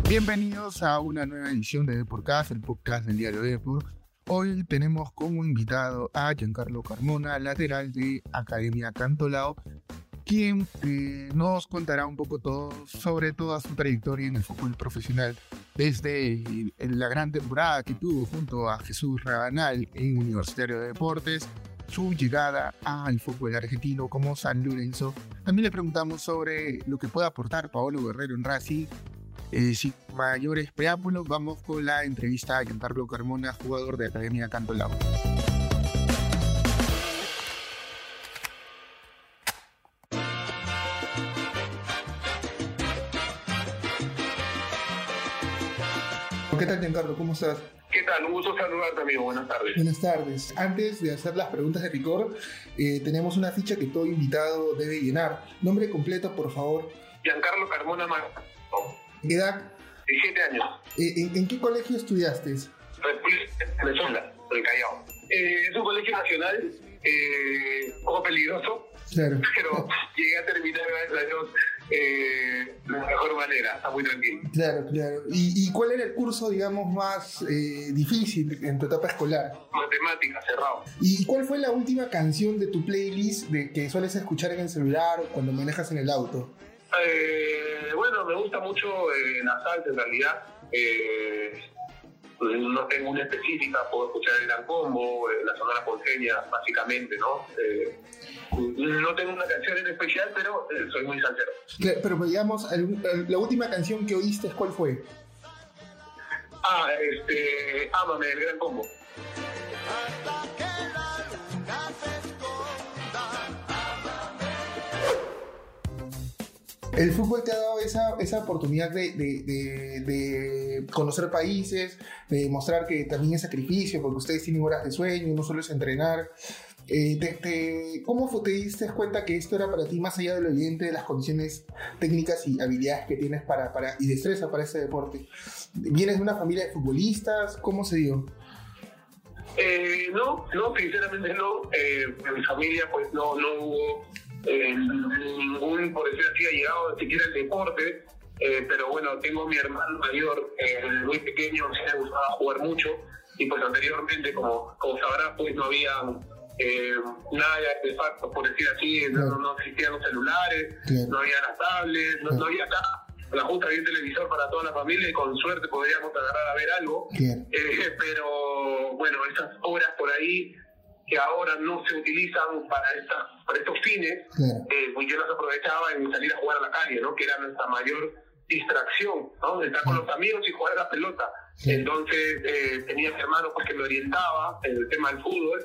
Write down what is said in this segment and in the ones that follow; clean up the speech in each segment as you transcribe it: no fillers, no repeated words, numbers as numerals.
Bienvenidos a una nueva edición de Deportcast, el podcast del diario Depor. Hoy tenemos como invitado a Giancarlo Carmona, lateral de Academia Cantolao, quien nos contará un poco sobre toda su trayectoria en el fútbol profesional, desde la gran temporada que tuvo junto a Jesús Rabanal en Universitario de Deportes, su llegada al fútbol argentino como San Lorenzo. También le preguntamos sobre lo que puede aportar Paolo Guerrero en Racing. Sin mayores preámbulos, vamos con la entrevista a Giancarlo Carmona, jugador de Academia Cantolao. ¿Qué tal, Giancarlo? ¿Cómo estás? ¿Qué tal? Un gusto saludarte, amigo. Buenas tardes. Buenas tardes. Antes de hacer las preguntas de rigor, tenemos una ficha que todo invitado debe llenar. Nombre completo, por favor. Giancarlo Carmona Marco. ¿Edad? 17 años. ¿En qué colegio estudiaste? República Venezuela, del Callao. Es un colegio nacional, un poco peligroso, Claro. pero llegué a terminar, gracias a Dios, de la mejor manera. Está muy tranquilo. Claro. ¿Y cuál era el curso, digamos, más difícil en tu etapa escolar? Matemáticas, cerrado. ¿Y cuál fue la última canción de tu playlist que sueles escuchar en el celular o cuando manejas en el auto? Bueno, me gusta mucho la salsa, en realidad. No tengo una específica, puedo escuchar el Gran Combo, la Sonora Ponceña, básicamente, ¿no? No tengo una canción en especial, pero soy muy salsero. Claro, pero digamos, la última canción que oíste, ¿cuál fue? Ámame, el Gran Combo. El fútbol te ha dado esa oportunidad de conocer países, de demostrar que también es sacrificio, porque ustedes tienen horas de sueño, no solo es entrenar. ¿Cómo te diste cuenta que esto era para ti, más allá de lo evidente de las condiciones técnicas y habilidades que tienes y destreza para este deporte? ¿Vienes de una familia de futbolistas? ¿Cómo se dio? No, sinceramente no. En mi familia pues no hubo ningún, por decir así, ha llegado ni siquiera el deporte, pero bueno, tengo mi hermano mayor, muy pequeño, me gustaba jugar mucho, y pues anteriormente, como sabrás, pues no había nada de facto, por decir así, no existían los celulares, no había las tablets, no había acá. La justa había un televisor para toda la familia y con suerte podríamos agarrar a ver algo, pero bueno, esas horas por ahí que ahora no se utilizan para estos fines, pues yo las aprovechaba en salir a jugar a la calle, ¿no? Que era nuestra mayor distracción, ¿no? Estar con los amigos y jugar a la pelota. Entonces tenía a mi hermano pues que me orientaba en el tema del fútbol,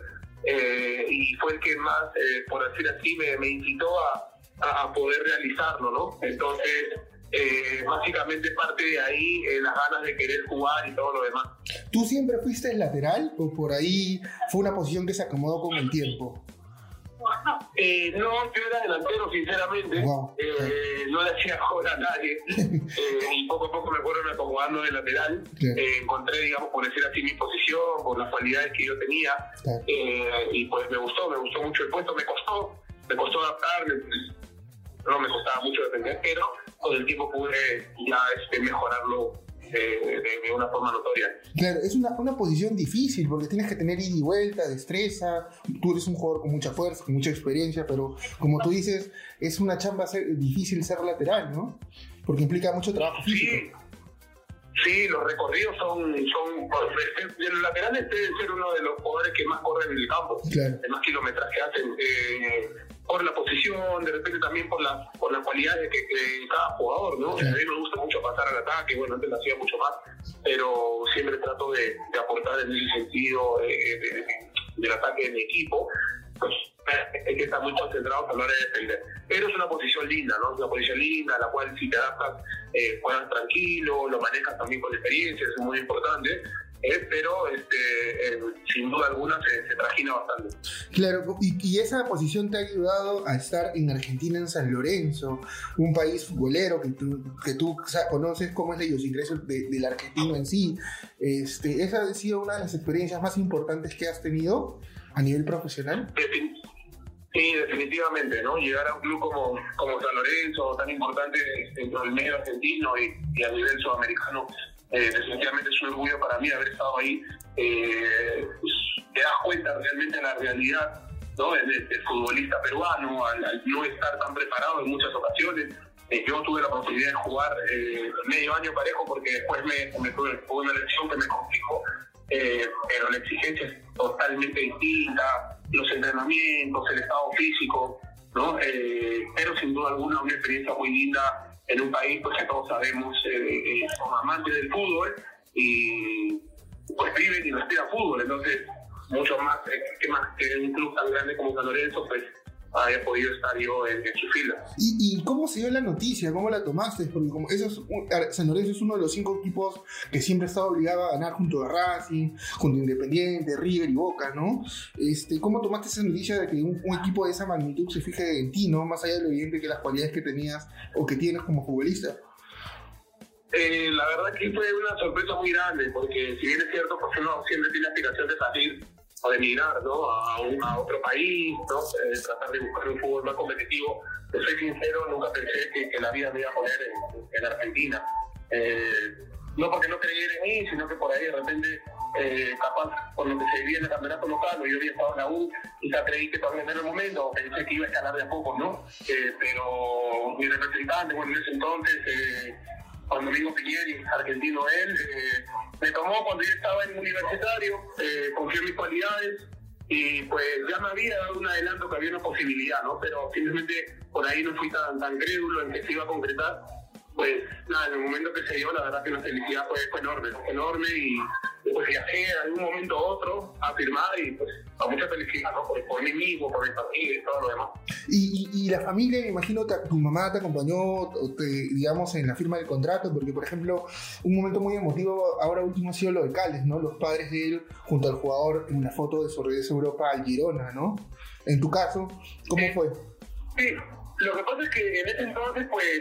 y fue el que más, por decir así, me incitó a poder realizarlo, ¿no? Entonces básicamente parte de ahí las ganas de querer jugar y todo lo demás. ¿Tú siempre fuiste lateral o por ahí fue una posición que se acomodó con el tiempo? No, yo era delantero, sinceramente. Wow. No le hacía jugar a nadie. Y poco a poco me fueron acomodando de lateral. Encontré, digamos, por decir así, mi posición, por las cualidades que yo tenía. Y pues me gustó mucho el puesto. Me costó adaptarme. No me costaba mucho defender, pero con el tiempo pude ya mejorarlo de una forma notoria. Claro, es una posición difícil porque tienes que tener ida y vuelta, destreza. Tú eres un jugador con mucha fuerza, con mucha experiencia, pero como tú dices, es una chamba difícil ser lateral, ¿no? Porque implica mucho trabajo físico. Sí, los recorridos son los laterales deben ser uno de los jugadores que más corren en el campo, de más kilometraje hacen, por la posición, de repente también por las cualidades de cada jugador, ¿no? A mí me gusta mucho pasar al ataque, bueno, antes lo hacía mucho más, pero siempre trato de aportar en ese sentido del ataque de mi equipo. Pues hay que estar muy concentrados a la hora de defender. Pero es una posición linda, ¿no? Es una posición linda, a la cual si te adaptas, juegas tranquilo, lo manejas también con experiencia, eso es muy importante. Pero sin duda alguna se trajina bastante. Claro, y esa posición te ha ayudado a estar en Argentina, en San Lorenzo, un país futbolero que tú conoces cómo es la idiosincrasia del argentino en sí. ¿Esa ha sido una de las experiencias más importantes que has tenido a nivel profesional? Sí, definitivamente, ¿no? Llegar a un club como San Lorenzo, tan importante dentro del medio argentino y a nivel sudamericano, definitivamente es un orgullo para mí haber estado ahí. Pues, te das cuenta realmente de la realidad, ¿no? del futbolista peruano, al no estar tan preparado en muchas ocasiones. Yo tuve la posibilidad de jugar medio año parejo porque después me tuve una lesión que me complicó, pero la exigencia es totalmente distinta, los entrenamientos, el estado físico, ¿no? Pero sin duda alguna una experiencia muy linda en un país pues, que todos sabemos son amantes del fútbol y pues viven y respiran fútbol, entonces mucho más que un club tan grande como San Lorenzo, pues había podido estar yo en su fila. ¿Y cómo se dio la noticia? ¿Cómo la tomaste? Porque como San Lorenzo es uno de los 5 equipos que siempre ha estado obligado a ganar junto a Racing, junto a Independiente, River y Boca, ¿no? ¿Cómo tomaste esa noticia de que un equipo de esa magnitud se fije en ti, ¿no? Más allá de lo evidente que las cualidades que tenías o que tienes como futbolista. La verdad que fue una sorpresa muy grande, porque si bien es cierto, pues uno siempre tiene aspiración de salir o de emigrar, ¿no? a otro país, ¿no? Tratar de buscar un fútbol más competitivo. Te soy sincero, nunca pensé que la vida me iba a poner en Argentina. No porque no creyera en mí, sino que por ahí de repente, capaz, por lo que se vivía en el campeonato local, yo había estado en la U, quizá creí que todavía no era el momento, pensé que iba a escalar de a poco, ¿no? Pero mi representante, bueno, en ese entonces, Juan Domingo Piñeri, argentino él, me tomó cuando yo estaba en universitario, confió en mis cualidades y pues ya me había dado un adelanto que había una posibilidad, ¿no? Pero simplemente por ahí no fui tan crédulo en que se iba a concretar. Pues nada, en el momento que se dio, la verdad que la felicidad fue enorme y pues viajé en algún momento u otro a firmar y pues a mucha felicidad, ¿no? Por mí mismo, por mi familia y todo lo demás. Y la familia, me imagino, tu mamá te acompañó, digamos, en la firma del contrato, porque, por ejemplo, un momento muy emotivo ahora último ha sido lo de Cales, ¿no? Los padres de él junto al jugador en una foto de su regreso a Europa al Girona, ¿no? En tu caso, ¿cómo fue? Sí, lo que pasa es que en ese entonces, pues,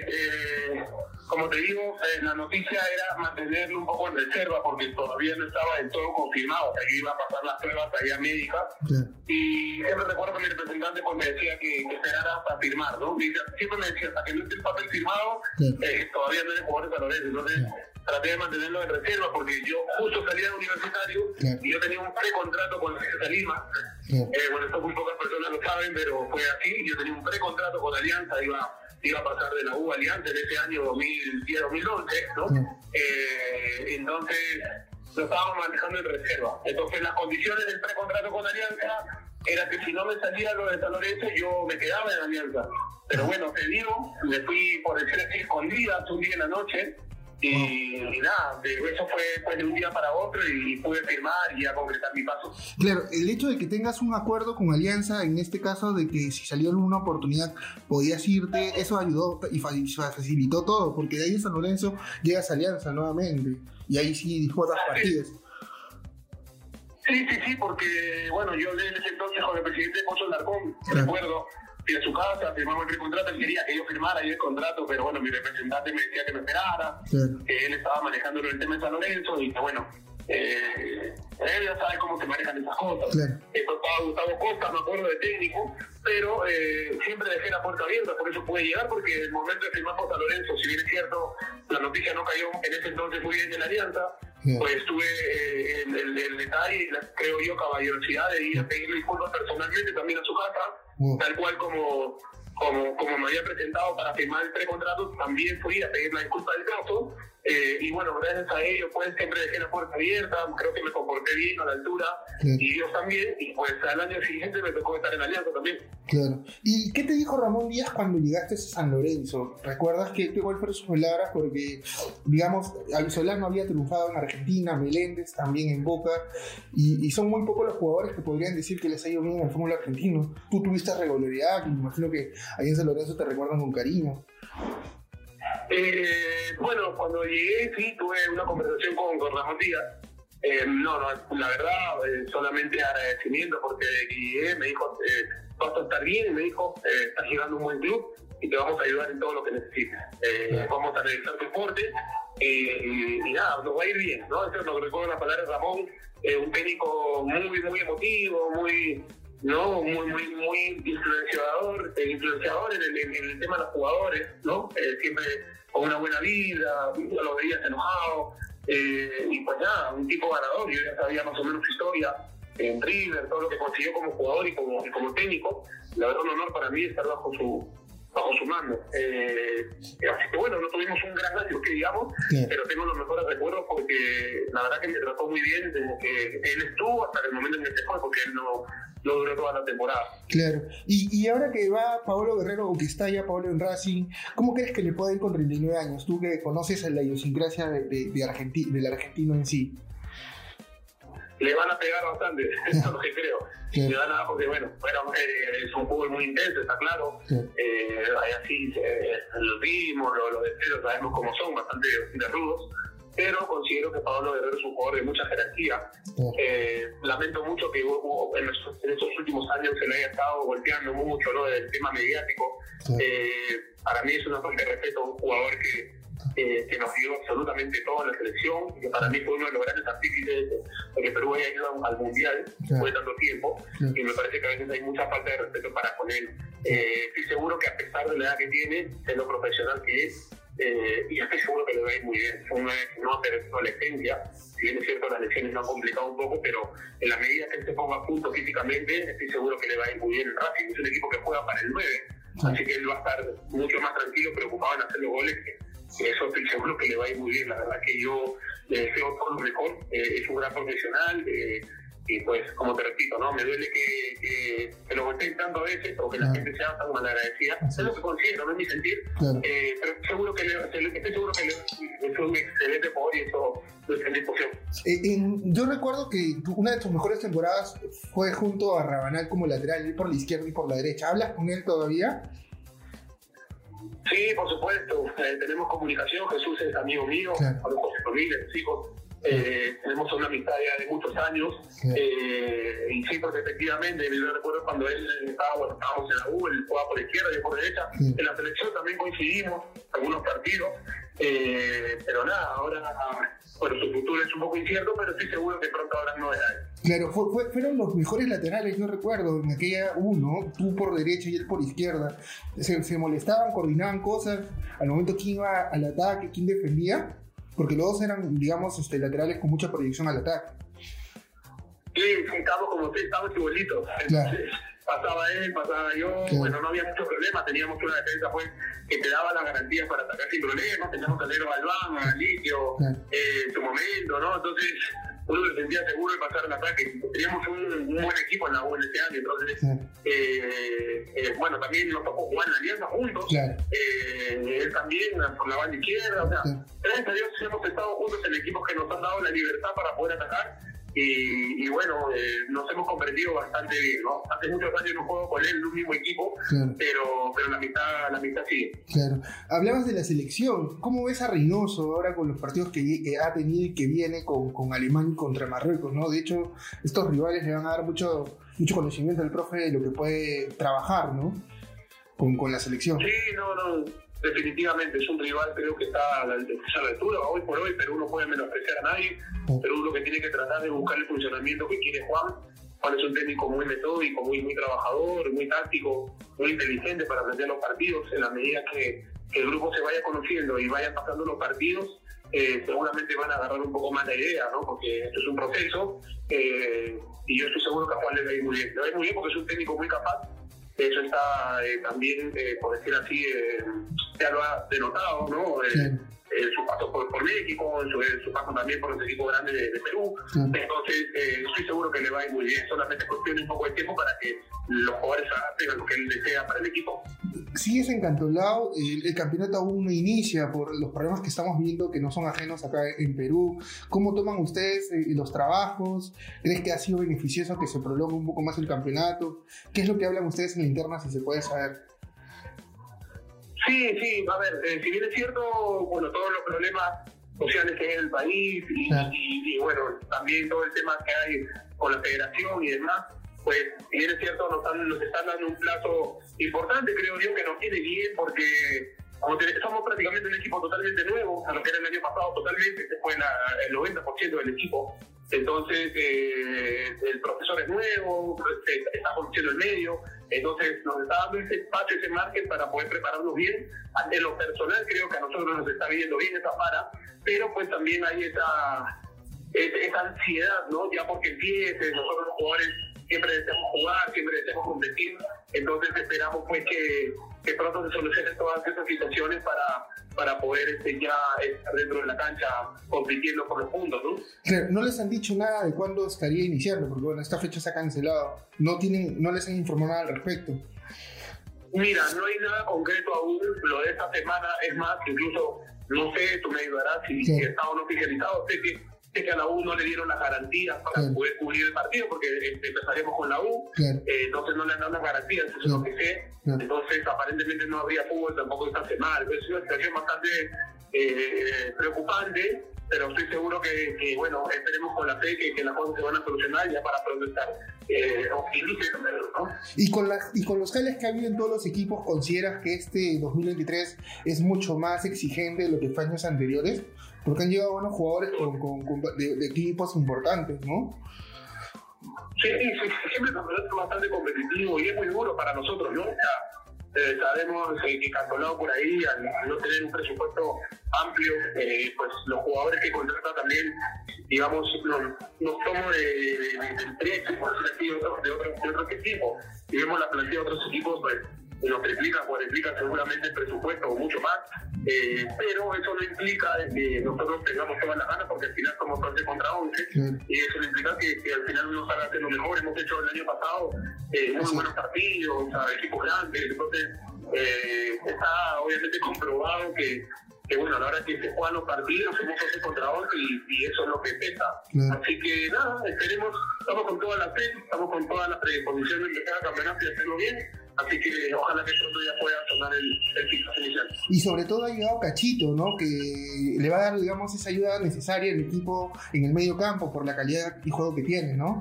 como te digo, la noticia era mantenerlo un poco en reserva porque todavía no estaba del todo confirmado, o sea, que iba a pasar las pruebas allá médicas. Yeah. Y siempre recuerdo que mi representante pues, me decía que esperara hasta firmar, ¿no? Y siempre me decía, hasta que no esté el papel firmado, todavía no eres jugador de San Lorenzo. Entonces, traté de mantenerlo en reserva porque yo justo salía de universitario y yo tenía un precontrato con la Alianza Lima. Bueno, esto muy pocas personas lo saben, pero fue así. Yo tenía un precontrato con Alianza, iba a pasar de la U Alianza en ese año 2010-2011, ¿no? Entonces lo estábamos manejando en reserva. Entonces las condiciones del precontrato con Alianza era que si no me salía lo de San Lorenzo, yo me quedaba en Alianza. Pero bueno, te digo, me fui por decir así escondidas un día en la noche. Y nada, eso fue de un día para otro y pude firmar y a concretar mi paso. Claro, el hecho de que tengas un acuerdo con Alianza, en este caso de que si salió alguna oportunidad podías irte, eso ayudó y facilitó todo, porque de ahí en San Lorenzo llegas a Alianza nuevamente y ahí sí disputas partidas. Sí, porque bueno, yo en ese entonces con el presidente Pocho Larcón, recuerdo, fui a su casa, firmamos el precontrato, él quería que yo firmara el contrato, pero bueno, mi representante me decía que me esperara, que él estaba manejando el tema de San Lorenzo y que bueno, él ya sabe cómo se manejan esas cosas. Estaba Gustavo Costa, me acuerdo, de técnico, pero siempre dejé la puerta abierta, por eso pude llegar, porque en el momento de firmar por San Lorenzo, si bien es cierto, la noticia no cayó en ese entonces muy bien en la Alianza, pues tuve el detalle, creo yo, caballerosidad de ir a pedirle disculpas personalmente también a su casa, tal cual como me había presentado para firmar el precontrato, también fui a pedir la disculpa del caso, y bueno, gracias a ello pues siempre dejé la puerta abierta, creo que me comporté bien a la altura, y ellos también, y pues al año siguiente me tocó estar en Alianza también. Claro. ¿Y qué te dijo Ramón Díaz cuando llegaste a San Lorenzo? ¿Recuerdas cuál fueron sus palabras? Porque, digamos, Alvisolano había triunfado en Argentina, Meléndez también en Boca, y son muy pocos los jugadores que podrían decir que les ha ido bien en el fútbol argentino. Tú tuviste regularidad, que me imagino que ahí en San Lorenzo te recuerdan con cariño. Bueno, cuando llegué sí tuve una conversación con Ramón Díaz. No, la verdad, solamente agradecimiento porque llegué, me dijo, vas a estar bien, y me dijo, estás llegando a un buen club y te vamos a ayudar en todo lo que necesites. Vamos a realizar tu deporte y nada, nos va a ir bien, ¿no? Eso es lo que recuerdo las palabras de Ramón, un técnico muy emotivo, muy ¿no? Muy influenciador en el tema de los jugadores, ¿no? Siempre con una buena vida, yo lo veías enojado, y pues nada, un tipo ganador. Yo ya sabía más o menos su historia en River, todo lo que consiguió como jugador y como técnico. La verdad, un honor para mí estar bajo su mando. Así que bueno, no tuvimos un gran año, que digamos, pero tengo los mejores recuerdos porque la verdad que me trató muy bien desde que él estuvo hasta el momento en que se fue, porque él no duró toda la temporada. Claro. Y ahora que va Paolo Guerrero, o que está ya Paolo en Racing, ¿cómo crees que le puede ir con 39 años? Tú que conoces a la idiosincrasia del argentino en sí. Le van a pegar bastante, eso es lo que creo. Sí. Le van a, porque bueno, es un fútbol muy intenso, está claro. Sí. Hay así, los ritmos, los deseos, sabemos cómo son, bastante rudos. Pero considero que Paolo Guerrero es un jugador de mucha jerarquía. Sí. Lamento mucho que en estos últimos años se le haya estado golpeando mucho, ¿no?, del tema mediático. Sí. Para mí es una falta de respeto a un jugador que nos dio absolutamente todo en la selección, y que para mí fue uno de los grandes artífices de que Perú haya ido al Mundial después de tanto tiempo. Sí. Y me parece que a veces hay mucha falta de respeto para con él. Estoy seguro que a pesar de la edad que tiene, de lo profesional que es, y estoy seguro que le va a ir muy bien. No ha perdido la esencia. Si bien es cierto, las lesiones lo han complicado un poco, pero en la medida que él se ponga a punto físicamente, estoy seguro que le va a ir muy bien en Racing. Es un equipo que juega para el 9, así que él va a estar mucho más tranquilo, preocupado en hacer los goles, que eso estoy seguro que le va a ir muy bien. La verdad que yo le deseo todo lo mejor. Es un gran profesional, y pues, como te repito, ¿no?, me duele que lo golpeen tanto a veces, o que la gente sea tan malagradecida. Es lo que considero, no es mi sentir. Pero estoy seguro que es un excelente jugador, y eso lo es en discusión. Yo recuerdo que una de tus mejores temporadas fue junto a Rabanal como lateral, él por la izquierda y por la derecha. ¿Hablas con él todavía? Sí, por supuesto. Tenemos comunicación. Jesús es amigo mío, conozco a su familia, sus hijos. Tenemos una amistad ya de muchos años. Y sí, porque efectivamente, yo recuerdo cuando él estábamos en la U, él jugaba por izquierda, yo por derecha. En la selección también coincidimos algunos partidos. Pero nada, ahora, bueno, su futuro es un poco incierto, pero estoy seguro que pronto habrá novedades. Claro, fueron los mejores laterales, yo recuerdo, en aquella U, ¿no? Tú por derecha y él por izquierda. Se molestaban, coordinaban cosas, al momento quién iba al ataque, quién defendía, porque los dos eran, digamos, laterales con mucha proyección al ataque. Sí, estábamos como estábamos igualitos. Entonces, pasaba él, pasaba yo, claro. Bueno, no había mucho problema, teníamos una defensa pues que te daba las garantías para atacar sin problemas, teníamos a Nero Galván, a Liquio, en su momento, ¿no? Entonces uno se sentía seguro de pasar el ataque. Teníamos un buen equipo en la U en este año, entonces, bueno, también nos tocó jugar en la Alianza juntos, él también por la banda izquierda, o sea, gracias a Dios hemos estado juntos en equipos que nos han dado la libertad para poder atacar. Y bueno, nos hemos comprendido bastante bien, ¿no? Hace muchos años no juego con él en un mismo equipo, pero la mitad sigue. Claro. Hablabas de la selección. ¿Cómo ves a Reynoso ahora con los partidos que ha tenido y que viene con Alemania y contra Marruecos, ¿no? De hecho, estos rivales le van a dar mucho conocimiento al profe de lo que puede trabajar, ¿no? Con la selección. Sí, no. Definitivamente es un rival, creo que está a la altura. Hoy por hoy Perú no puede menospreciar a nadie. Perú lo que tiene que tratar es buscar el funcionamiento que quiere Juan. Juan es un técnico muy metódico, muy trabajador, muy táctico, muy inteligente para aprender los partidos. En la medida que el grupo se vaya conociendo y vayan pasando los partidos, seguramente van a agarrar un poco más la idea, ¿no? Porque esto es un proceso, y yo estoy seguro que a Juan le va a ir muy bien. Le va a ir muy bien porque es un técnico muy capaz. Eso está también, por decir así, ya lo ha denotado, ¿no? Su paso por México, su paso también por los equipos grandes de Perú. Entonces, estoy seguro que le va a ir muy bien. Solamente cuestión de un poco de tiempo para que los jugadores tengan lo que él desea para el equipo. Sigues encantolado, el campeonato aún no inicia por los problemas que estamos viendo que no son ajenos acá en Perú. ¿Cómo toman ustedes los trabajos? ¿Crees que ha sido beneficioso que se prolongue un poco más el campeonato? ¿Qué es lo que hablan ustedes en la interna, si se puede saber? Sí, a ver, si bien es cierto, bueno, todos los problemas sociales que hay en el país y bueno, también todo el tema que hay con la federación y demás, pues si bien es cierto, nos están dando un plazo importante, creo yo, que nos tiene bien, porque somos prácticamente un equipo totalmente nuevo, a lo que era el año pasado totalmente, se fue el 90% del equipo. Entonces, el profesor es nuevo, está conociendo el medio, entonces nos está dando ese espacio, ese margen para poder prepararnos bien. Ante lo personal, creo que a nosotros nos está viendo bien esa para, pero pues también hay esa ansiedad, ¿no? Ya porque empiece, nosotros los jugadores siempre deseamos jugar, siempre deseamos competir, entonces esperamos pues que pronto se solucionen todas esas situaciones para poder ya estar dentro de la cancha compitiendo por los puntos, ¿no? Claro, no les han dicho nada de cuándo estaría iniciando, porque bueno, esta fecha se ha cancelado, no les han informado nada al respecto. Mira, no hay nada concreto aún, lo de esta semana, es más, incluso, no sé, tú me ayudarás si está o no oficializado, sé que a la U no le dieron las garantías para poder cubrir el partido, porque empezaremos con la U, entonces no le han dado las garantías, eso es lo que sé, entonces aparentemente no habría fútbol tampoco esta semana, entonces es una situación bastante preocupante, pero estoy seguro que bueno, esperemos con la fe que las cosas se van a solucionar ya para pronto estar optimistas, ¿no? Y con los jales que ha habido en todos los equipos, ¿consideras que este 2023 es mucho más exigente de lo que fue años anteriores? Porque han llegado buenos jugadores de equipos importantes, ¿no? Sí, siempre el campeonato es bastante competitivo y es muy duro para nosotros, ¿no? O sea, sabemos que Cantolao por ahí, al no tener un presupuesto amplio, pues los jugadores que contrata también, digamos, no somos del precio, por decirlo así, de otros equipos. Si vemos la plantilla de otros equipos, pues nos triplican, cuadriplican seguramente el presupuesto o mucho más, pero eso no implica que nosotros tengamos todas las ganas, porque al final somos 11 contra 11, y eso no implica que al final uno salga haciendo mejor. Hemos hecho el año pasado muy buenos partidos, equipos grandes, entonces está obviamente comprobado que bueno, a la hora que se juegan los partidos somos 11 contra 11 y eso es lo que pesa. Así que nada, esperemos, estamos con toda la fe, estamos con todas las predisposiciones de cada campeonato y hacerlo bien. Así que ojalá que pronto ya pueda sonar el fichaje inicial. Y sobre todo ha llegado Cachito, ¿no? Que le va a dar, digamos, esa ayuda necesaria al equipo en el medio campo por la calidad y juego que tiene, ¿no?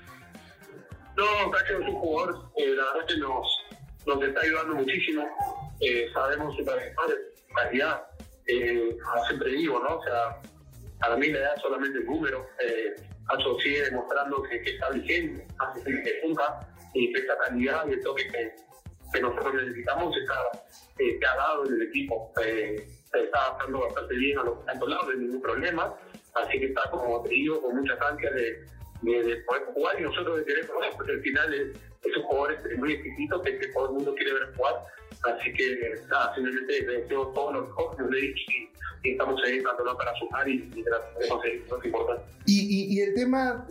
No, Cacho es un jugador, la verdad que nos está ayudando muchísimo. Sabemos su calidad. Siempre digo, ¿no? O sea, a mí le da solamente el número. Cacho sigue demostrando que está vigente, hace que nunca, y que esta calidad y el toque que nosotros necesitamos se ha dado en el equipo. Se está adaptando bastante bien a los lados, no hay ningún problema. Así que está, como te digo, con muchas ansias de poder jugar, y nosotros de querer jugar, porque al final es un jugador muy exquisito que todo el mundo quiere ver jugar. Así que nada, simplemente le deseo todos los mejores, como le he dicho, y estamos ahí tanto para sumar y tratar de conseguir lo que es importante. Y el tema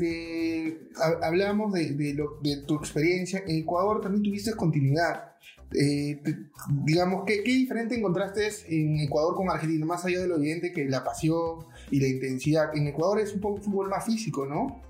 hablamos de tu experiencia en Ecuador, también tuviste continuidad. Digamos, ¿qué diferente encontraste en Ecuador con Argentina? Más allá de lo evidente que la pasión y la intensidad, en Ecuador es un poco fútbol más físico, ¿no?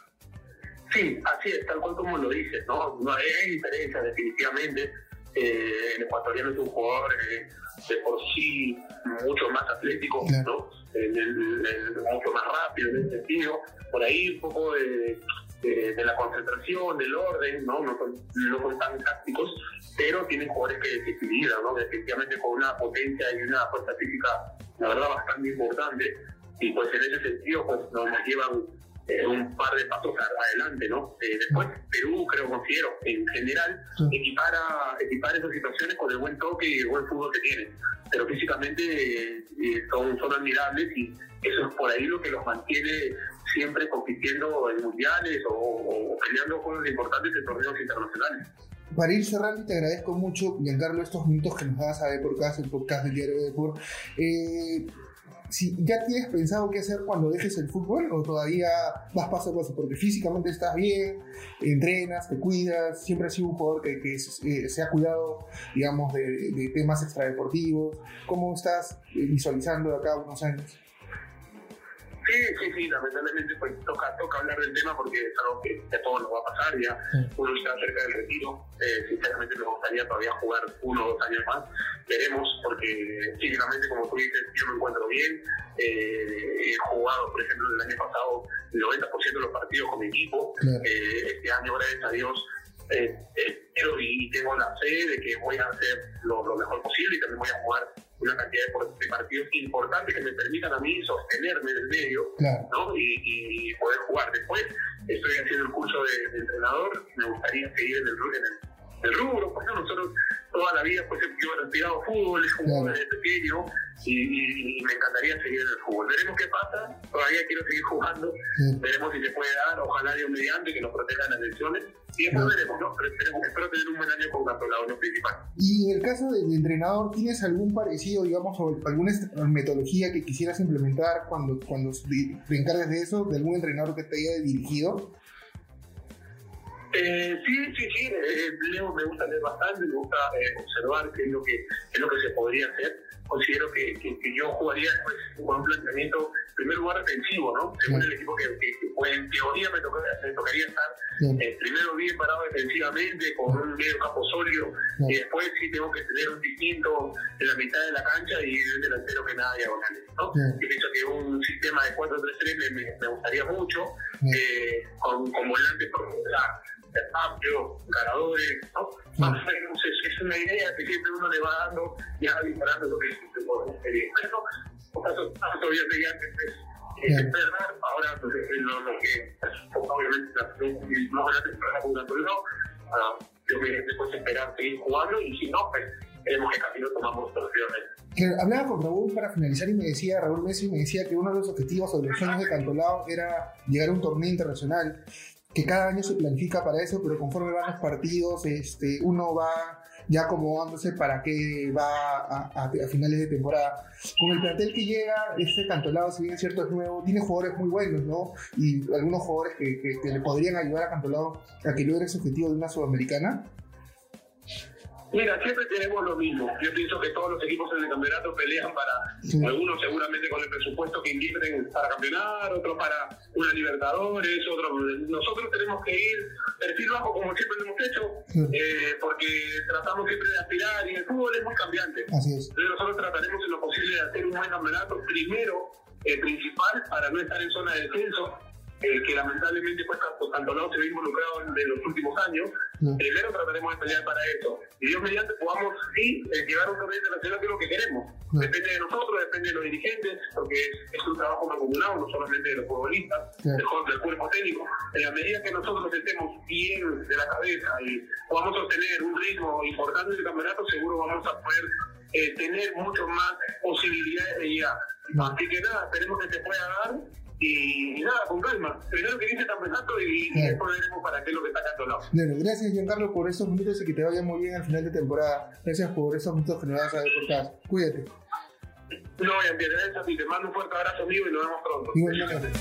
Sí, así es, tal cual como lo dices, ¿no? No hay diferencia, definitivamente. El ecuatoriano es un jugador de por sí mucho más atlético, claro, ¿no? Mucho más rápido en ese sentido. Por ahí un poco de la concentración, del orden, ¿no? No son tan tácticos, pero tienen jugadores que se equilibran, ¿no? Definitivamente con una potencia y una fuerza física, la verdad, bastante importante. Y pues en ese sentido, pues nos llevan un par de pasos adelante, ¿no? Después Perú, considero, en general, equipar esas situaciones con el buen toque y el buen fútbol que tienen. Pero físicamente son admirables, y eso es por ahí lo que los mantiene siempre compitiendo en mundiales o peleando cosas importantes en torneos internacionales. Para ir cerrando, te agradezco mucho, Giancarlo, estos minutos que nos das a Deporcast, el podcast del diario Depor. Si ¿ya tienes pensado qué hacer cuando dejes el fútbol o todavía vas paso a paso? Porque físicamente estás bien, entrenas, te cuidas, siempre has sido un jugador que se ha cuidado, digamos, de temas extradeportivos. ¿Cómo estás visualizando de acá a unos años? Sí, lamentablemente pues toca hablar del tema, porque es algo que a todos nos va a pasar. Ya uno está cerca del retiro. Sinceramente me gustaría todavía jugar 1 o 2 años más. Veremos, porque físicamente, como tú dices, yo me encuentro bien. He jugado, por ejemplo, el año pasado el 90% de los partidos con mi equipo. Este año, gracias a Dios, y tengo la fe de que voy a hacer lo mejor posible y también voy a jugar una cantidad de partidos importantes que me permitan a mí sostenerme en el medio, claro, ¿no? Y poder jugar. Después estoy haciendo el curso de entrenador, me gustaría seguir en el rubro, porque nosotros toda la vida pues yo he respirado fútbol, he jugado claro, desde pequeño y me encantaría seguir en el fútbol. Veremos qué pasa, todavía quiero seguir jugando, veremos si se puede dar, ojalá Dios mediante, que nos protejan las lesiones, y después veremos, ¿no? Pero espero tener un buen año con Cantolao en lo principal. Y en el caso del entrenador, ¿tienes algún parecido, digamos, o alguna metodología que quisieras implementar cuando te encargues de eso, de algún entrenador que te haya dirigido? Sí, leo, me gusta leer bastante, me gusta observar qué es lo que se podría hacer. Considero que yo jugaría pues, con un planteamiento, en primer lugar, defensivo, ¿no? Según el equipo que en teoría me tocaría estar primero bien parado defensivamente, con un medio campo sólido, y después sí tengo que tener un distinto en la mitad de la cancha y un delantero que nada diagonales, ¿no? Yo pienso que un sistema de 4-3-3 me gustaría mucho, con volantes por amplios, ganadores, ¿no? Es una idea que siempre uno le va dando, ya disparando lo que existe por experiencia. Todavía seguía antes es verdad, ahora pues, lo que obviamente los volantes para jugando yo me puedo esperar seguir jugando y si no, pues tenemos que camino tomamos soluciones. Hablaba con Raúl para finalizar y Raúl Messi me decía que uno de los objetivos o de los sueños de Cantolao era llegar a un torneo internacional, que cada año se planifica para eso, pero conforme van los partidos, uno va ya acomodándose para que va a finales de temporada. Con el plantel que llega, Cantolao, si bien es cierto, es nuevo, tiene jugadores muy buenos, ¿no? Y algunos jugadores que le podrían ayudar a Cantolao a que logre ese objetivo de una Sudamericana. Mira, siempre tenemos lo mismo. Yo pienso que todos los equipos en el campeonato pelean para, algunos seguramente con el presupuesto que invierten para campeonar, otros para una Libertadores, otros. Nosotros tenemos que ir perfil bajo como siempre lo hemos hecho, porque tratamos siempre de aspirar y el fútbol es muy cambiante. Así es. Entonces nosotros trataremos en lo posible de hacer un buen campeonato, primero, principal, para no estar en zona de descenso. Que lamentablemente pues Cantolao se ve involucrado en los últimos años. Primero trataremos de pelear para eso y Dios mediante podamos llevar un torneo internacional, que es lo que queremos. Depende de nosotros, depende de los dirigentes, porque es un trabajo mancomunado, no solamente de los futbolistas, del cuerpo técnico. En la medida que nosotros estemos bien de la cabeza y podamos obtener un ritmo importante del campeonato, seguro vamos a poder tener mucho más posibilidades de llegar. Así que nada, esperemos que se pueda dar. Y nada, con calma. Primero que dice campeonato y después veremos para qué es lo que está Cantolao. Bueno, gracias Giancarlo por esos minutos y que te vaya muy bien al final de temporada. Gracias por esos minutos generados a Deporcast. Cuídate. No, bien, gracias a ti. Te mando un fuerte abrazo, amigo, y nos vemos pronto. Igualmente.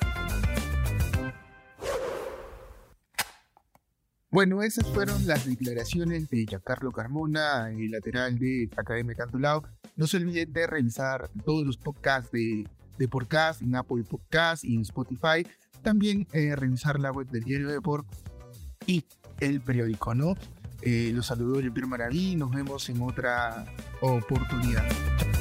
Bueno, esas fueron las declaraciones de Giancarlo Carmona, el lateral de Academia Cantolao. No se olviden de revisar todos los podcasts de Podcast, en Apple Podcast y en Spotify. También revisar la web del Diario Deport y el periódico, ¿no? Los saludos de Pierre Maraví. Nos vemos en otra oportunidad.